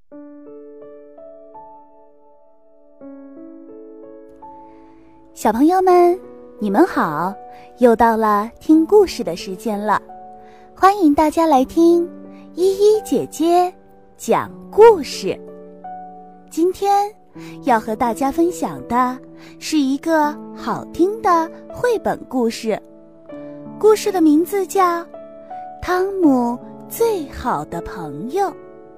小朋友们，你们好，又到了听故事的时间了，欢迎大家来听依依姐姐讲故事。今天要和大家分享的是一个好听的绘本故事，故事的名字叫《汤姆最好的朋友》。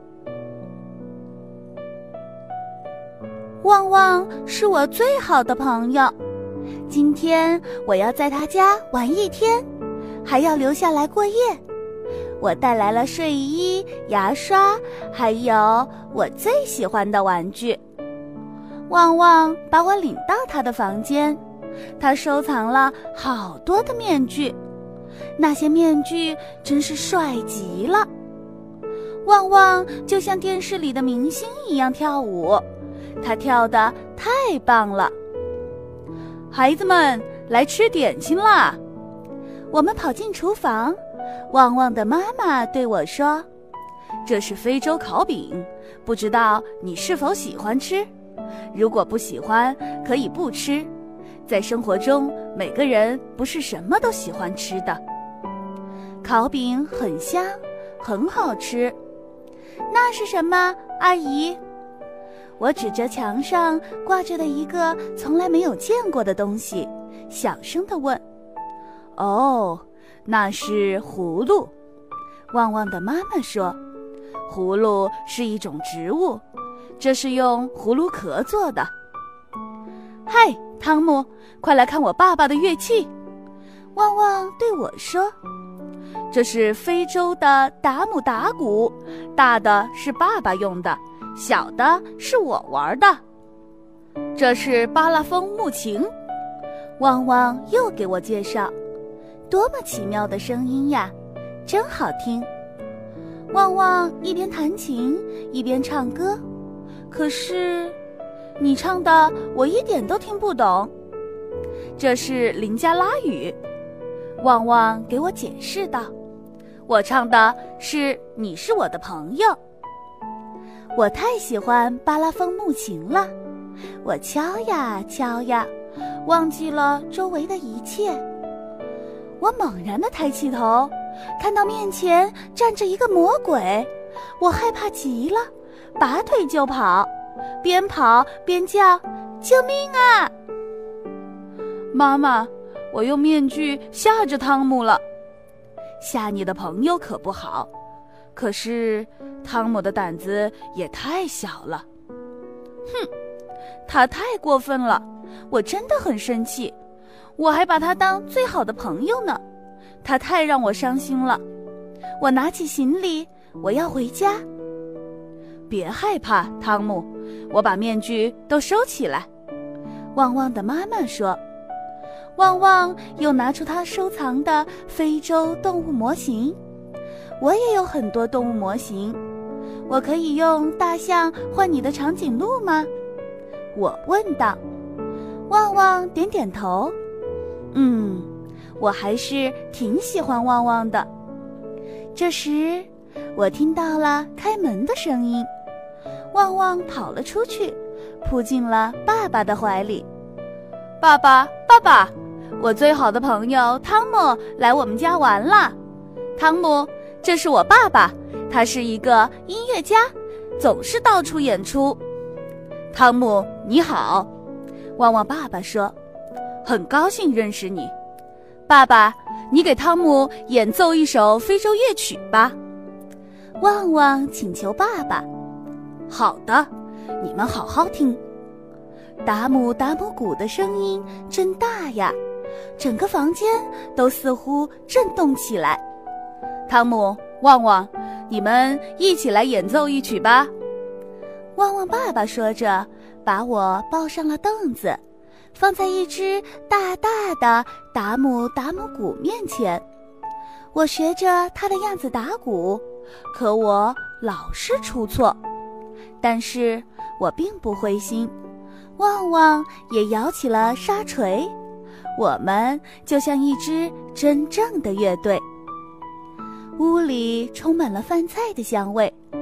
旺旺是我最好的朋友，今天我要在他家玩一天，还要留下来过夜。我带来了睡衣、牙刷，还有我最喜欢的玩具。旺旺把我领到他的房间，他收藏了好多的面具，那些面具真是帅极了。旺旺就像电视里的明星一样跳舞，他跳得太棒了。孩子们，来吃点心啦！我们跑进厨房，旺旺的妈妈对我说：“这是非洲烤饼，不知道你是否喜欢吃？如果不喜欢，可以不吃。在生活中，每个人不是什么都喜欢吃的。烤饼很香，很好吃。那是什么，阿姨？”我指着墙上挂着的一个从来没有见过的东西，小声地问：“哦，那是葫芦。”旺旺的妈妈说：“葫芦是一种植物，这是用葫芦壳做的。”嗨，汤姆，快来看我爸爸的乐器！旺旺对我说：“这是非洲的达姆达鼓，大的是爸爸用的，小的是我玩的。这是巴拉风木琴。”旺旺又给我介绍，多么奇妙的声音呀，真好听。旺旺一边弹琴一边唱歌，可是你唱的我一点都听不懂。这是林加拉语，旺旺给我解释道，我唱的是你是我的朋友。我太喜欢巴拉风木琴了，我敲呀敲呀，忘记了周围的一切。我猛然地抬起头，看到面前站着一个魔鬼，我害怕极了，拔腿就跑，边跑边叫：“救命啊！”妈妈，我用面具吓着汤姆了。吓你的朋友可不好，可是汤姆的胆子也太小了。哼，他太过分了，我真的很生气，我还把他当最好的朋友呢，他太让我伤心了。我拿起行李，我要回家。别害怕，汤姆，我把面具都收起来。旺旺的妈妈说。旺旺又拿出他收藏的非洲动物模型，我也有很多动物模型，我可以用大象换你的长颈鹿吗？我问道。旺旺点点头，我还是挺喜欢旺旺的。这时我听到了开门的声音，旺旺跑了出去，扑进了爸爸的怀里。爸爸，爸爸，我最好的朋友汤姆来我们家玩了。汤姆，这是我爸爸，他是一个音乐家，总是到处演出。汤姆，你好。旺旺爸爸说，很高兴认识你。爸爸，你给汤姆演奏一首非洲乐曲吧。旺旺请求爸爸。好的，你们好好听。达姆达姆鼓的声音真大呀，整个房间都似乎震动起来。汤姆，旺旺，你们一起来演奏一曲吧。旺旺爸爸说着，把我抱上了凳子，放在一只大大的达姆达姆鼓面前。我学着他的样子打鼓，可我老是出错。但是我并不灰心，旺旺也摇起了沙锤，我们就像一支真正的乐队。屋里充满了饭菜的香味，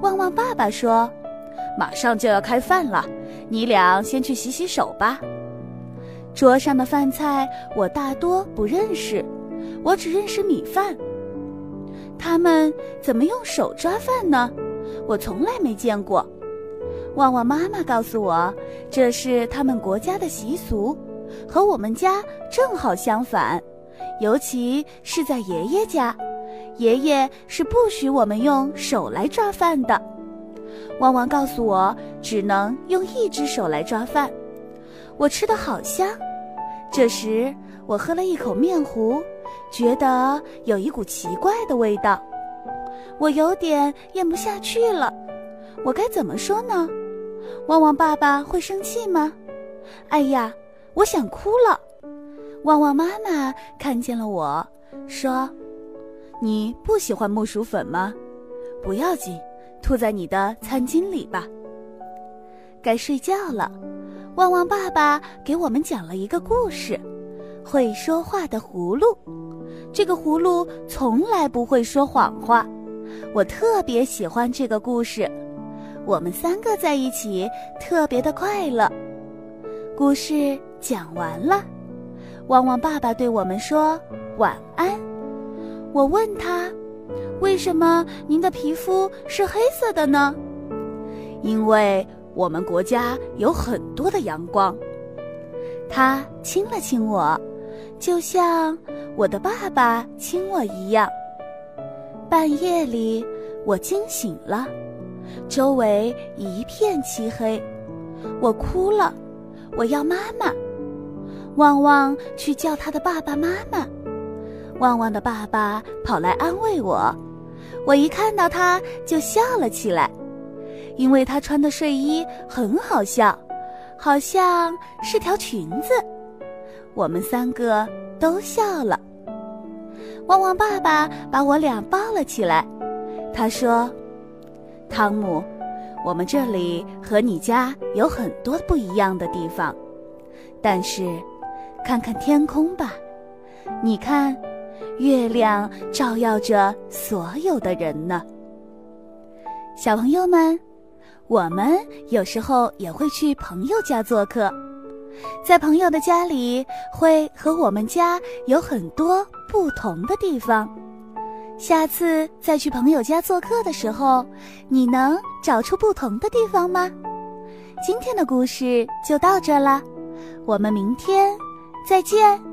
旺旺爸爸说：“ 马上就要开饭了，你俩先去洗洗手吧。” 桌上的饭菜我大多不认识，我只认识米饭。他们怎么用手抓饭呢？我从来没见过。旺旺妈妈告诉我，这是他们国家的习俗，和我们家正好相反，尤其是在爷爷家，爷爷是不许我们用手来抓饭的。旺旺告诉我，只能用一只手来抓饭。我吃得好香。这时我喝了一口面糊，觉得有一股奇怪的味道，我有点咽不下去了。我该怎么说呢？旺旺爸爸会生气吗？哎呀，我想哭了。旺旺妈妈看见了我，说：“ 你不喜欢木薯粉吗？不要紧，吐在你的餐巾里吧。” 该睡觉了。旺旺爸爸给我们讲了一个故事，会说话的葫芦。这个葫芦从来不会说谎话，我特别喜欢这个故事。我们3个在一起特别的快乐。故事讲完了，旺旺爸爸对我们说晚安。我问他，为什么您的皮肤是黑色的呢？ 因为我们国家有很多的阳光。 他亲了亲我，就像我的爸爸亲我一样。半夜里，我惊醒了，周围一片漆黑，我哭了，我要妈妈。旺旺去叫他的爸爸妈妈，旺旺的爸爸跑来安慰我，我一看到他就笑了起来，因为他穿的睡衣很好笑，好像是条裙子。我们3个都笑了。旺旺爸爸把我俩抱了起来，他说：“ 汤姆，我们这里和你家有很多不一样的地方，但是看看天空吧，你看，月亮照耀着所有的人呢。” 小朋友们，我们有时候也会去朋友家做客，在朋友的家里会和我们家有很多不同的地方。下次再去朋友家做客的时候，你能找出不同的地方吗？今天的故事就到这了，我们明天再见。